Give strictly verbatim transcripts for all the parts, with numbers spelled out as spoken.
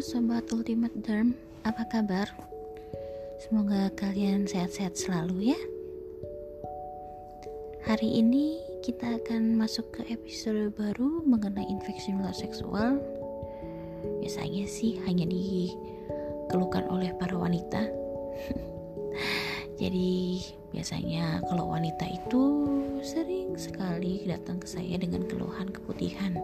Sobat Ultimate Derm, apa kabar? Semoga kalian sehat-sehat selalu ya. Hari ini kita akan masuk ke episode baru mengenai infeksi menular seksual. Biasanya sih hanya dikeluhkan oleh para wanita. Jadi biasanya kalau wanita itu sering sekali datang ke saya dengan keluhan keputihan.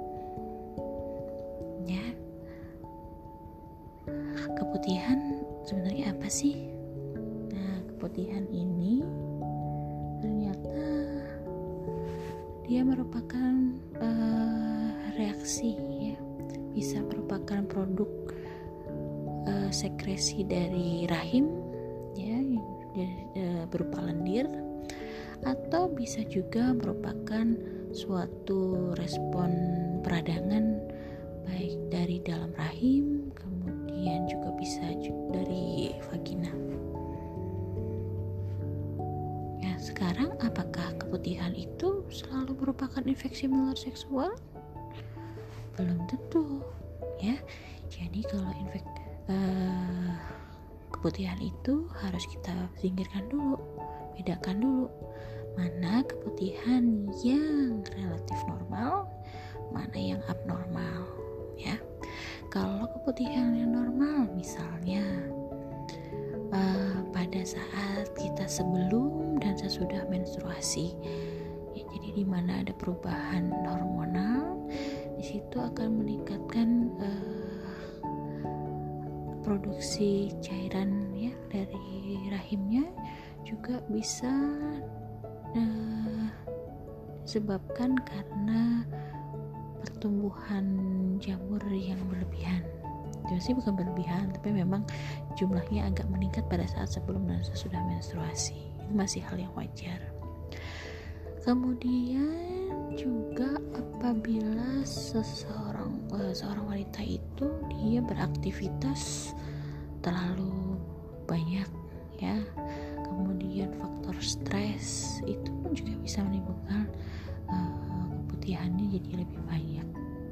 Ya, keputihan sebenarnya apa sih? Nah, keputihan ini ternyata dia merupakan uh, reaksi, ya, bisa merupakan produk uh, sekresi dari rahim, ya, uh, berupa lendir, atau bisa juga merupakan suatu respon peradangan baik dari dalam rahim, kemudian juga bisa dari vagina. Ya, sekarang apakah keputihan itu selalu merupakan infeksi menular seksual? Belum tentu, ya. Jadi kalau infek uh, keputihan itu harus kita singkirkan dulu, bedakan dulu mana keputihan yang relatif normal, mana yang abnormal. Ya, kalau keputihan yang normal, misalnya uh, pada saat kita sebelum dan sesudah menstruasi, ya, jadi di mana ada perubahan hormonal, di situ akan meningkatkan uh, produksi cairan, ya, dari rahimnya, juga bisa uh, disebabkan karena pertumbuhan jamur yang berlebihan. Itu sih bukan berlebihan, tapi memang jumlahnya agak meningkat pada saat sebelum dan sesudah menstruasi. Itu masih hal yang wajar. Kemudian juga apabila seseorang uh, seorang wanita itu dia beraktivitas terlalu banyak, ya, kemudian faktor stres itu pun juga bisa menimbulkan uh, keputihannya jadi lebih banyak.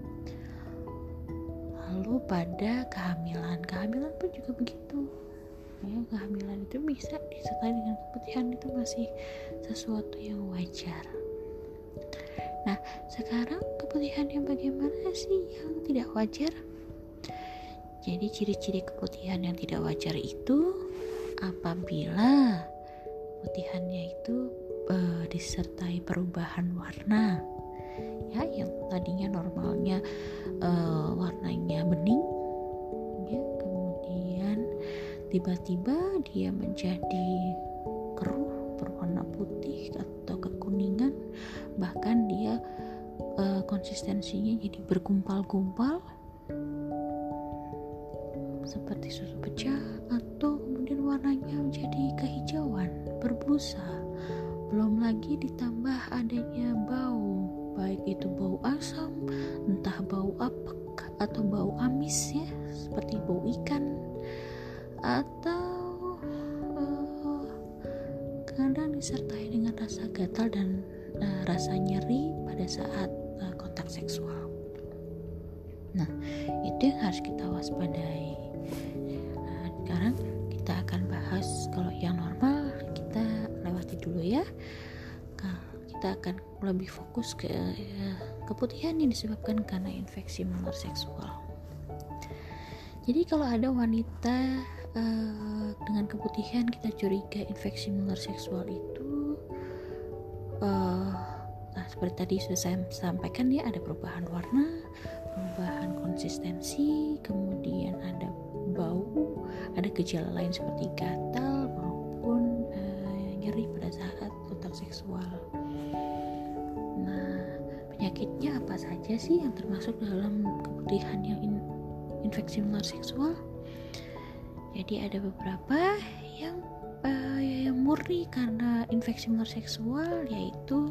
Lalu pada kehamilan, kehamilan pun juga begitu. Ya, kehamilan itu bisa disertai dengan keputihan, itu masih sesuatu yang wajar. Nah, sekarang keputihan yang bagaimana sih yang tidak wajar? Jadi ciri-ciri keputihan yang tidak wajar itu apabila keputihannya itu uh, disertai perubahan warna, ya, yang tadinya normalnya uh, warnanya bening, ya, kemudian tiba-tiba dia menjadi keruh berwarna putih atau kekuningan, bahkan dia uh, konsistensinya jadi bergumpal-gumpal seperti susu pecah, atau kemudian warnanya menjadi kehijauan, berbusa. Belum lagi ditambah adanya bau, baik itu bau asam, entah bau apek atau bau amis, ya, seperti bau ikan, atau uh, kadang disertai dengan rasa gatal dan uh, rasa nyeri pada saat uh, kontak seksual. Nah, itu yang harus kita waspadai. Nah, sekarang kita akan bahas kalau yang normal, kita lewati dulu, ya. Kita akan lebih fokus ke ya, keputihan yang disebabkan karena infeksi menular seksual. Jadi kalau ada wanita uh, dengan keputihan, kita curiga infeksi menular seksual itu uh, nah, seperti tadi sudah saya sampaikan, ya, ada perubahan warna, perubahan konsistensi, kemudian ada bau, ada gejala lain seperti gatal maupun uh, nyeri pada saat kontak seksual. Nah, penyakitnya apa saja sih yang termasuk dalam keputihan yang in, infeksi menular seksual? Jadi ada beberapa yang uh, yang murni karena infeksi menular seksual, yaitu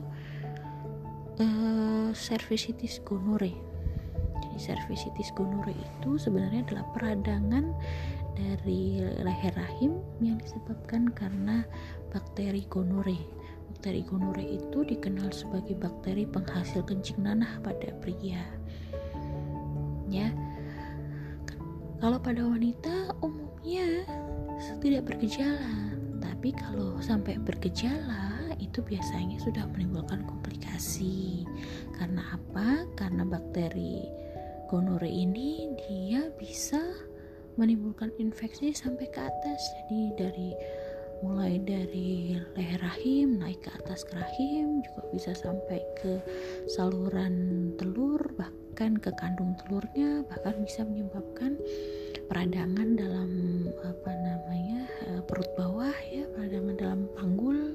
uh, cervicitis gonorrhea. Jadi cervicitis gonorrhea itu sebenarnya adalah peradangan dari leher rahim yang disebabkan karena bakteri gonorrhea. Bakteri gonorrhea itu dikenal sebagai bakteri penghasil kencing nanah pada pria. Ya, Kalau pada wanita umumnya tidak bergejala, tapi kalau sampai bergejala itu biasanya sudah menimbulkan komplikasi. Karena apa? Karena bakteri gonore ini dia bisa menimbulkan infeksi sampai ke atas. Jadi dari mulai dari leher rahim naik ke atas ke rahim, juga bisa sampai ke saluran telur, bahkan ke kandung telurnya, bahkan bisa menyebabkan peradangan dalam apa namanya perut bawah ya, peradangan dalam panggul,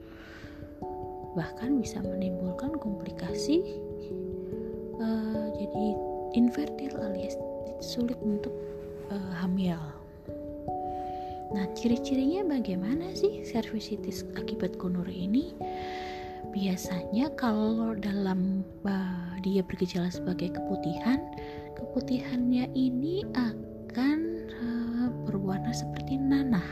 bahkan bisa menimbulkan komplikasi uh, jadi infertil alias sulit untuk uh, hamil. Nah, ciri-cirinya bagaimana sih cervicitis akibat gonore ini? Biasanya kalau dalam uh, dia bergejala sebagai keputihan, keputihannya ini akan uh, berwarna seperti nanah.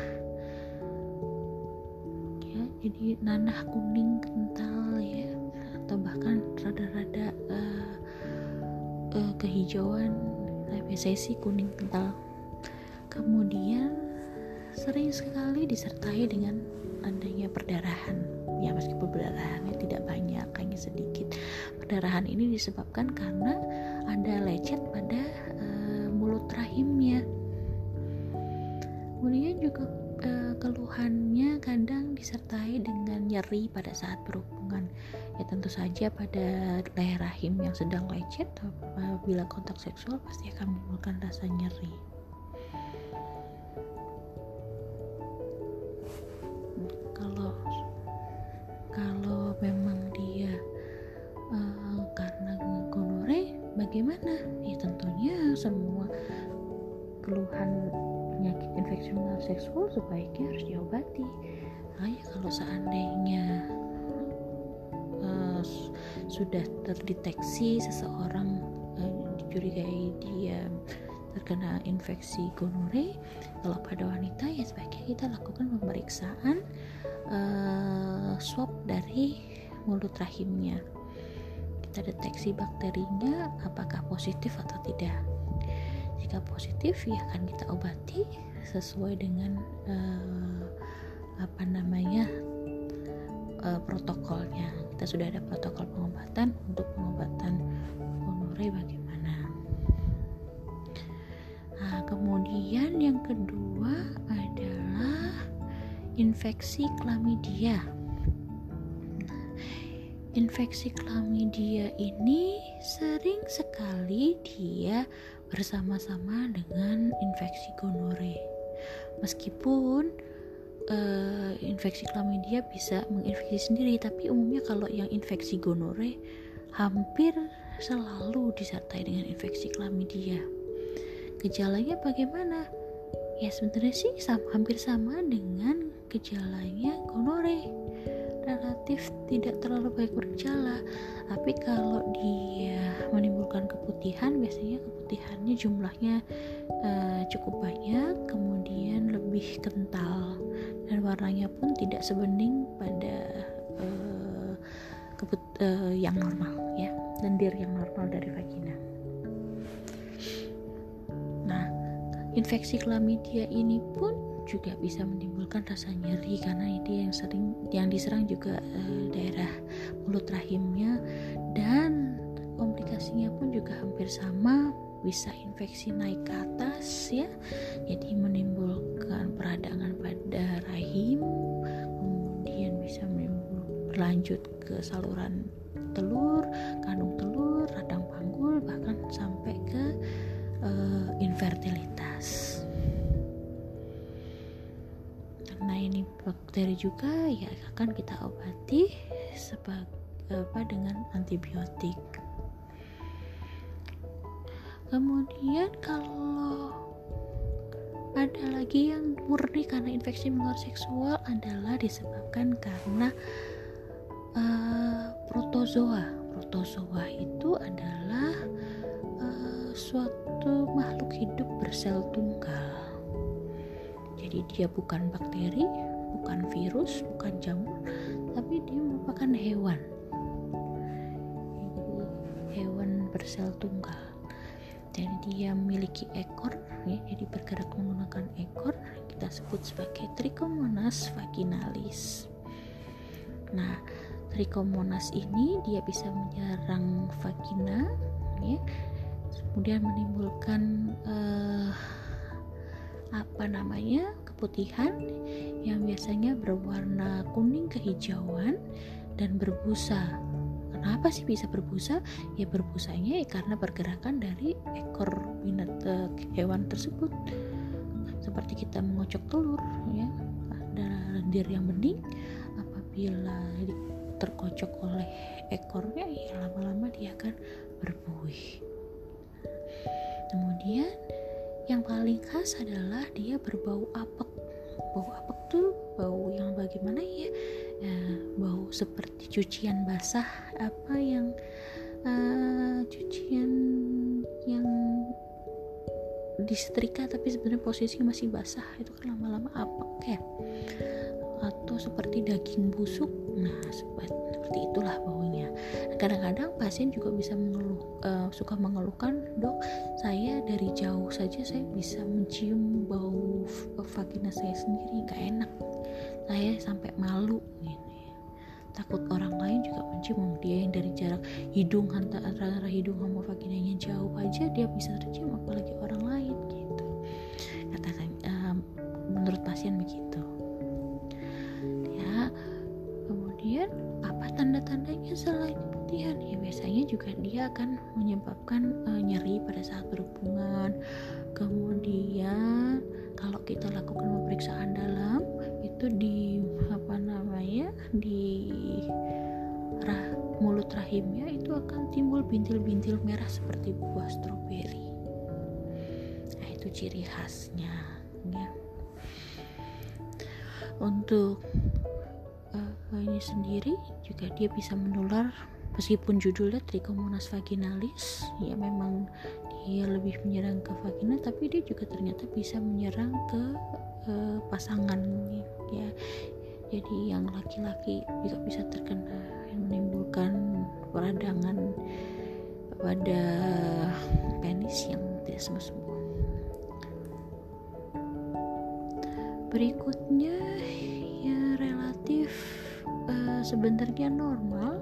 Ya, jadi nanah kuning kental ya, atau bahkan rada-rada uh, uh, kehijauan. Nah, biasanya sih kuning kental. Kemudian sering sekali disertai dengan adanya perdarahan. Ya, meskipun perdarahannya tidak banyak, hanya sedikit. Perdarahan ini disebabkan karena ada lecet pada uh, mulut rahimnya. Kemudian juga uh, keluhannya kadang disertai dengan nyeri pada saat berhubungan. Ya, tentu saja pada leher rahim yang sedang lecet, apabila kontak seksual pasti akan menimbulkan rasa nyeri. Kalau kalau memang dia uh, karena gonore, bagaimana? Ya tentunya semua keluhan penyakit infeksi menular seksual sebaiknya harus diobati. Nah, ya kalau seandainya uh, sudah terdeteksi seseorang uh, dicurigai dia terkena infeksi gonore, kalau pada wanita ya sebaiknya kita lakukan pemeriksaan uh, swab dari mulut rahimnya. Kita deteksi bakterinya apakah positif atau tidak. Jika positif ya akan kita obati sesuai dengan uh, apa namanya uh, protokolnya. Kita sudah ada protokol pengobatan untuk pengobatan gonore bagaimana. Nah, kemudian yang kedua adalah infeksi chlamydia. Infeksi chlamydia ini sering sekali dia bersama-sama dengan infeksi gonore. Meskipun uh, infeksi chlamydia bisa menginfeksi sendiri, tapi umumnya kalau yang infeksi gonore hampir selalu disertai dengan infeksi chlamydia. Gejalanya bagaimana? Ya sebenarnya sih sama, hampir sama dengan gejalanya gonore. Relatif tidak terlalu baik bergejala, tapi kalau dia menimbulkan keputihan, biasanya keputihannya jumlahnya uh, cukup banyak, kemudian lebih kental dan warnanya pun tidak sebening pada uh, keput, uh, yang normal ya, lendir yang normal dari vagina. Nah, infeksi chlamydia ini pun juga bisa menimbulkan rasa nyeri karena dia yang sering yang diserang juga e, daerah mulut rahimnya, dan komplikasinya pun juga hampir sama, bisa infeksi naik ke atas ya, jadi menimbulkan peradangan pada rahim, kemudian bisa menimbul berlanjut ke saluran telur, kandung telur, radang panggul, bahkan sampai ke e, infertilitas. Nah, ini bakteri juga ya akan kita obati sebagai apa dengan antibiotik. Kemudian kalau ada lagi yang murni karena infeksi menular seksual adalah disebabkan karena uh, protozoa. Protozoa itu adalah uh, suatu makhluk hidup bersel tunggal. Jadi dia bukan bakteri, bukan virus, bukan jamur, tapi dia merupakan hewan. Jadi hewan bersel tunggal. Jadi dia memiliki ekor ya, jadi bergerak menggunakan ekor, kita sebut sebagai Trichomonas vaginalis. Nah, Trichomonas ini dia bisa menyerang vagina, ya, kemudian menimbulkan eh, apa namanya keputihan yang biasanya berwarna kuning kehijauan dan berbusa. Kenapa sih bisa berbusa? Ya berbusanya ya karena pergerakan dari ekor binatang hewan tersebut. Seperti kita mengocok telur, ya, ada lendir yang bening, apabila terkocok oleh ekornya, ya lama-lama dia akan berbuih. Kemudian yang paling khas adalah dia berbau apek. Bau apek tuh bau yang bagaimana ya? Ya, bau seperti cucian basah, apa yang uh, cucian yang disetrika tapi sebenarnya posisinya masih basah, itu kan lama-lama apek ya. Atau seperti daging busuk, nah seperti itulah baunya. Kadang-kadang pasien juga bisa mengeluh, uh, suka mengeluhkan, dok, saya dari jauh saja saya bisa mencium bau vagina saya sendiri, gak enak, saya sampai malu gitu ya. Takut orang lain juga mencium, dia yang dari jarak hidung antara hidung sama vaginanya jauh aja dia bisa tercium, apalagi orang lain gitu. Kata uh, menurut pasien begitu. Ya, kemudian apa tanda-tandanya selain keputihan? Ya biasanya juga dia akan menyebabkan uh, nyeri pada saat berhubungan. Kemudian kalau kita lakukan pemeriksaan dalam itu di apa namanya di rah, mulut rahimnya itu akan timbul bintil-bintil merah seperti buah stroberi. Nah itu ciri khasnya ya. Untuk uh, ini sendiri juga dia bisa menular, meskipun judulnya Trichomonas vaginalis, ya memang dia lebih menyerang ke vagina, tapi dia juga ternyata bisa menyerang ke uh, pasangan ya. Jadi yang laki-laki juga bisa terkena, yang menimbulkan peradangan pada penis yang tidak sembuh-sembuh. Berikutnya ya relatif uh, sebenarnya normal,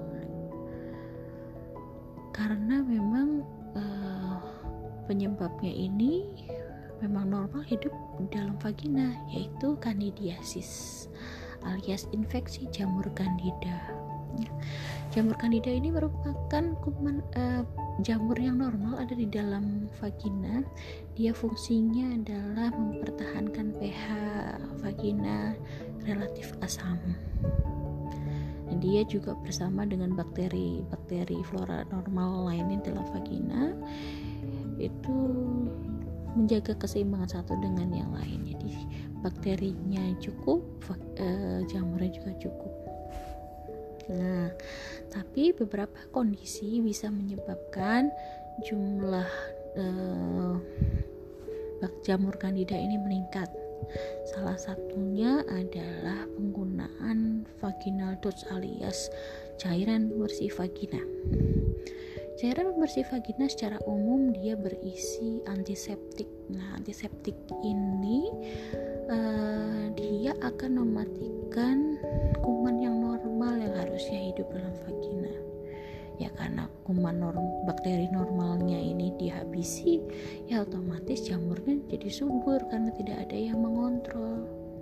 karena memang uh, penyebabnya ini memang normal hidup dalam vagina, yaitu kandidiasis alias infeksi jamur kandida. Jamur kandida ini merupakan kuman uh, jamur yang normal ada di dalam vagina. Dia fungsinya adalah mempertahankan pH vagina relatif asam. Dan dia juga bersama dengan bakteri-bakteri flora normal lainnya dalam vagina itu menjaga keseimbangan satu dengan yang lain. Jadi bakterinya cukup, uh, jamurnya juga cukup. Nah, tapi beberapa kondisi bisa menyebabkan jumlah uh, jamur kandida ini meningkat. Salah satunya adalah penggunaan vaginal douche alias cairan pembersih vagina. Cairan pembersih vagina secara umum dia berisi antiseptik. Nah, antiseptik ini uh, dia akan mematikan kuman yang normal yang harusnya hidup dalam vagina. Ya karena kuman norm, bakteri normalnya ini dihabisi, ya otomatis jamurnya jadi subur karena tidak ada yang mengontrol.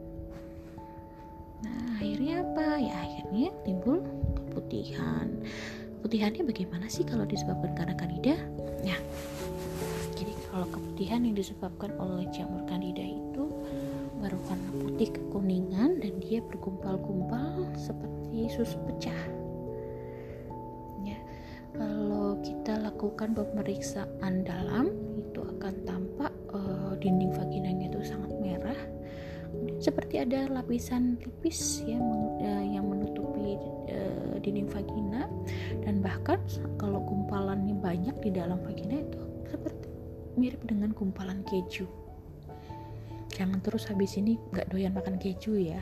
Nah, akhirnya apa? Ya akhirnya timbul keputihan. Keputihannya bagaimana sih kalau disebabkan karena kandida? Ya, jadi kalau keputihan yang disebabkan oleh jamur kandida itu berwarna putih kekuningan dan dia bergumpal-gumpal seperti susu pecah. Ya, kalau kita lakukan pemeriksaan dalam itu akan tampak uh, dinding vaginanya itu sangat merah, seperti ada lapisan tipis ya meng, uh, yang menutupi uh, dinding vagina, dan bahkan kalau gumpalannya banyak di dalam vagina itu seperti mirip dengan gumpalan keju. Jangan terus habis ini nggak doyan makan keju ya.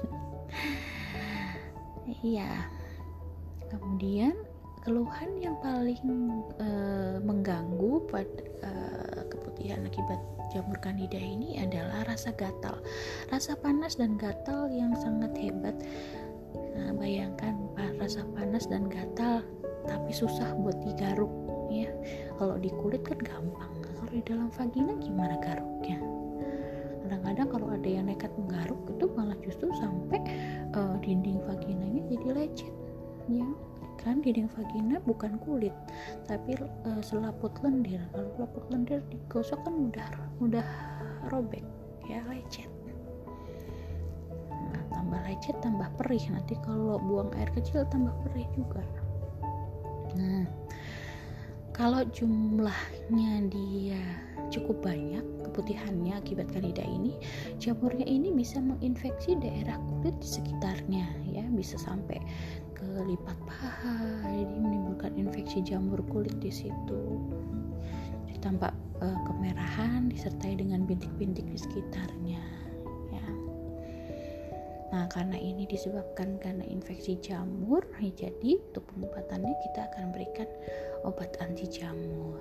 Iya. Kemudian keluhan yang paling uh, mengganggu pada uh, keputihan akibat jamur Candida ini adalah rasa gatal, rasa panas dan gatal yang sangat hebat. Nah, bayangkan rasa panas dan gatal tapi susah buat digaruk ya. Kalau di kulit kan gampang, kalau di dalam vagina gimana garuknya? Kadang-kadang kalau ada yang nekat menggaruk itu malah justru sampai uh, dinding vaginanya jadi lecet ya kan. Dinding vagina bukan kulit tapi uh, selaput lendir. Kalau selaput lendir digosok kan udah udah robek ya, lecet. Nah, tambah lecet tambah perih, nanti kalau buang air kecil tambah perih juga. Nah, kalau jumlahnya dia cukup banyak keputihannya akibat Candida ini, jamurnya ini bisa menginfeksi daerah kulit di sekitarnya ya, bisa sampai ke lipat paha, jadi menimbulkan infeksi jamur kulit di situ. Ditambah uh, kemerahan disertai dengan bintik-bintik di sekitarnya ya. Nah, karena ini disebabkan karena infeksi jamur, ya, jadi untuk pengobatannya kita akan berikan obat anti jamur.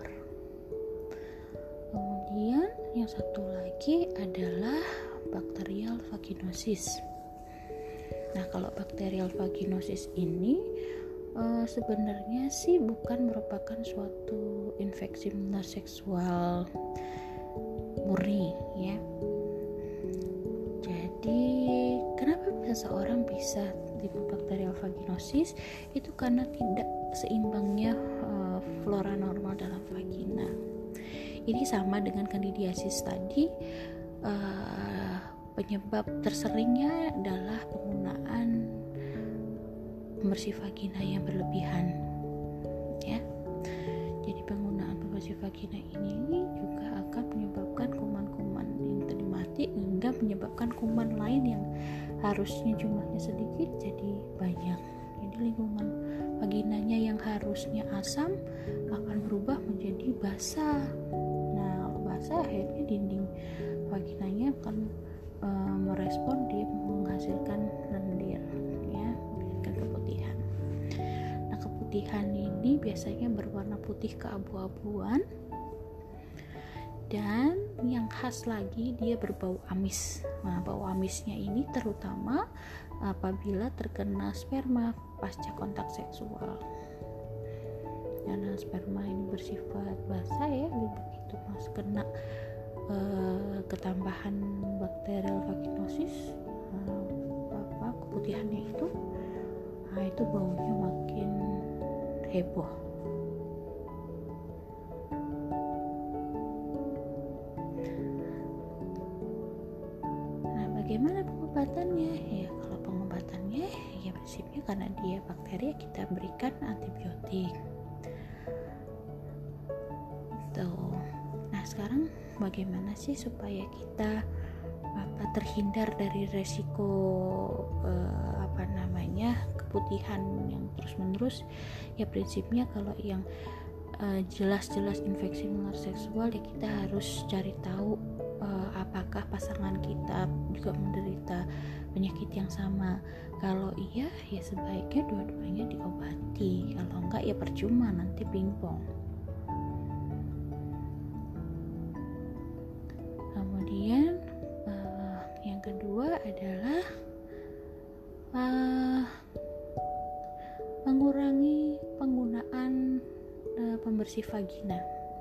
Kemudian yang satu lagi adalah bakterial vaginosis. Nah, kalau bakterial vaginosis ini uh, sebenarnya sih bukan merupakan suatu infeksi menular seksual murni ya. Jadi kenapa seseorang bisa tipe bakterial vaginosis? Itu karena tidak seimbangnya uh, flora normal dalam vagina. Ini sama dengan kandidiasis tadi. Uh, penyebab terseringnya adalah penggunaan pembersih vagina yang berlebihan ya. Jadi penggunaan pembersih vagina ini juga akan menyebabkan kuman-kuman yang tadi mati hingga menyebabkan kuman lain yang harusnya jumlahnya sedikit jadi banyak. Jadi lingkungan vaginanya yang harusnya asam akan berubah menjadi basah. Nah, basah akhirnya dinding vaginanya akan e, merespon, dia menghasilkan lendir ya, menghasilkan keputihan. Nah, keputihan ini biasanya berwarna putih keabu-abuan, dan yang khas lagi dia berbau amis. Nah, bau amisnya ini terutama apabila terkena sperma pasca kontak seksual. Karena sperma ini bersifat basah ya, begitu mas kena uh, ketambahan bakterial vaginosis, uh, apa keputihannya itu, nah itu baunya makin heboh. Nah, bagaimana pengobatannya? Ya, kalau pengobatannya ya prinsipnya karena dia bakteri, kita berikan antibiotik. Tuh. Nah, sekarang bagaimana sih supaya kita apa terhindar dari resiko eh, apa namanya keputihan yang terus-menerus? Ya prinsipnya kalau yang eh, jelas-jelas infeksi menular seksual, ya kita harus cari tahu eh, apakah pasangan kita juga menderita penyakit yang sama. Kalau iya, ya sebaiknya dua-duanya diobati. Kalau enggak, ya percuma, nanti pingpong. Kemudian uh, yang kedua adalah uh, mengurangi penggunaan uh, pembersih vagina.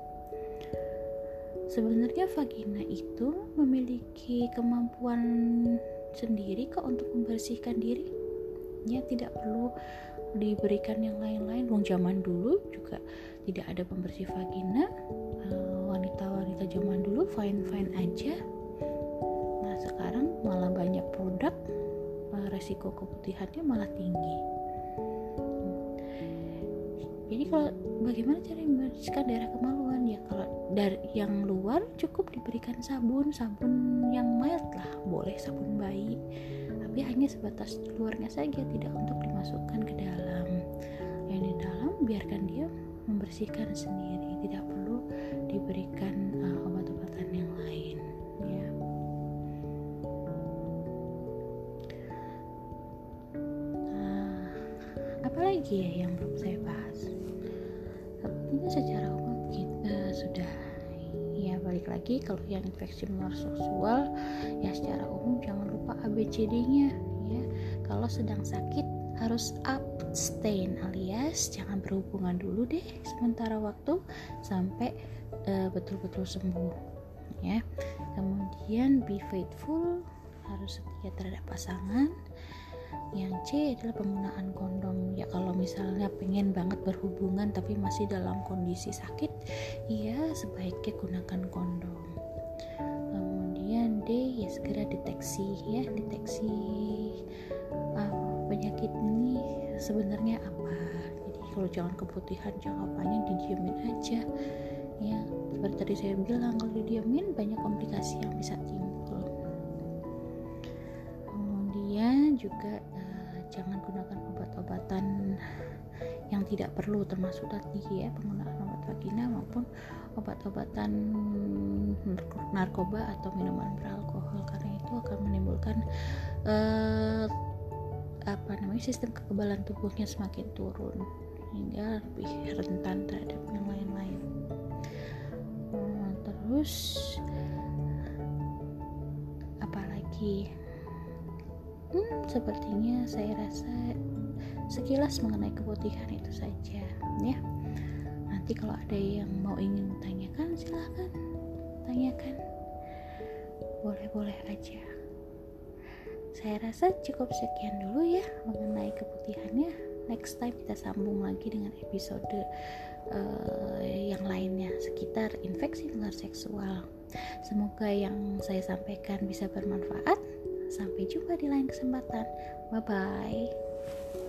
Sebenarnya vagina itu memiliki kemampuan sendiri kok untuk membersihkan diri. Ya, tidak perlu diberikan yang lain-lain. Wong zaman dulu juga tidak ada pembersih vagina. Uh, wanita-wanita zaman dulu fine-fine aja. Nah, sekarang malah banyak produk, uh, resiko keputihannya malah tinggi. Jadi kalau bagaimana cara membersihkan daerah kemaluan? Ya kalau dari yang luar cukup diberikan sabun, sabun yang mild lah, boleh sabun bayi, tapi hanya sebatas luarnya saja, tidak untuk dimasukkan ke dalam. Yang di dalam biarkan dia membersihkan sendiri, tidak perlu diberikan uh, obat-obatan yang lain ya. Nah, apalagi ya yang belum saya bahas? Sepertinya secara umum kita sudah ya balik lagi kalau yang infeksi menular seksual ya secara umum jangan lupa A B C D-nya ya. Kalau sedang sakit harus abstain alias jangan berhubungan dulu deh sementara waktu sampai uh, betul-betul sembuh ya. Kemudian be faithful, harus setia terhadap pasangan. Yang C adalah penggunaan kondom ya. Kalau misalnya pengen banget berhubungan tapi masih dalam kondisi sakit, ya sebaiknya gunakan kondom. Kemudian D ya segera deteksi ya, deteksi uh, penyakit ini sebenarnya apa. Jadi kalau jangan keputihan jawabannya didiemin aja ya. Seperti tadi saya bilang, kalau didiemin banyak komplikasi yang bisa timbul. Kemudian juga uh, jangan gunakan obat-obatan yang tidak perlu, termasuk tadi ya penggunaan obat vagina maupun obat-obatan narkoba atau minuman beralkohol, karena itu akan menimbulkan uh, apa namanya sistem kekebalan tubuhnya semakin turun hingga lebih rentan terhadap yang lain-lain. Uh, terus apalagi? Hmm, sepertinya saya rasa sekilas mengenai keputihan itu saja ya. Nanti kalau ada yang mau ingin tanyakan silahkan tanyakan, boleh-boleh aja. Saya rasa cukup sekian dulu ya mengenai keputihannya. Next time kita sambung lagi dengan episode uh, yang lainnya sekitar infeksi menular seksual. Semoga yang saya sampaikan bisa bermanfaat. Sampai jumpa di lain kesempatan. Bye bye.